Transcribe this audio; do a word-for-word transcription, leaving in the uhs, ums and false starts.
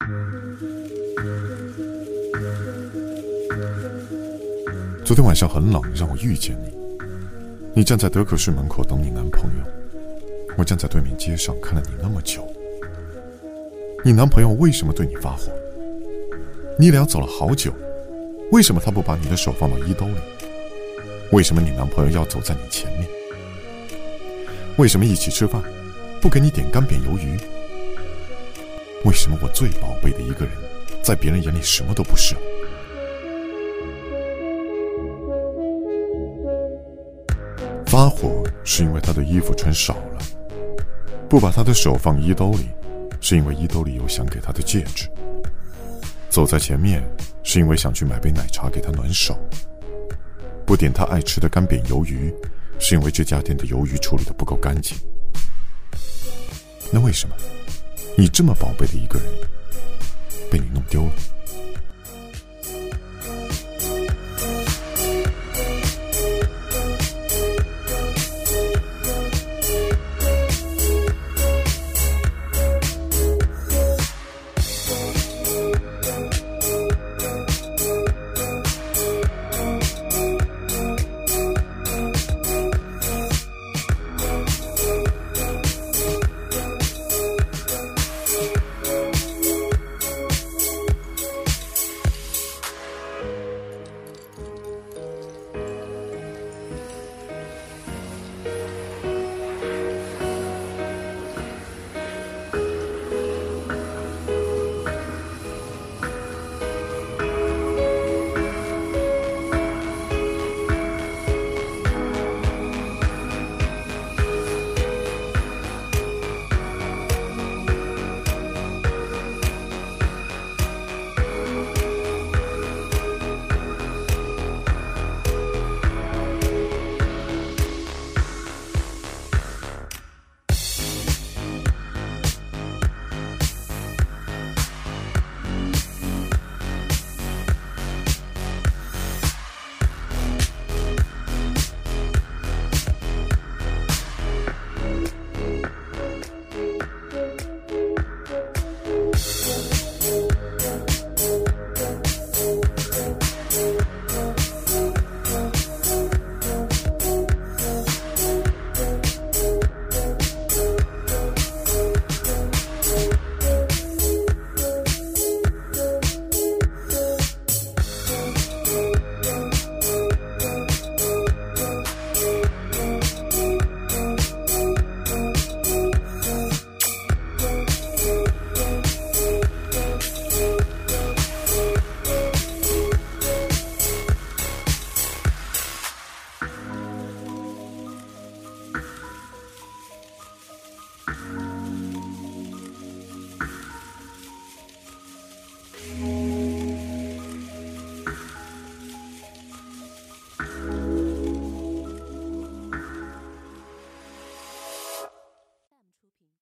昨天晚上很冷，让我遇见你。你站在德克士门口等你男朋友，我站在对面街上看了你那么久。你男朋友为什么对你发火？你俩走了好久，为什么他不把你的手放到衣兜里？为什么你男朋友要走在你前面？为什么一起吃饭不给你点干煸鱿鱼？为什么我最宝贝的一个人在别人眼里什么都不是？发火是因为他的衣服穿少了，不把他的手放衣兜里是因为衣兜里有想给他的戒指，走在前面是因为想去买杯奶茶给他暖手，不点他爱吃的干煸鱿鱼是因为这家店的鱿鱼处理得不够干净。那为什么你这么宝贝的一个人被你弄丢了？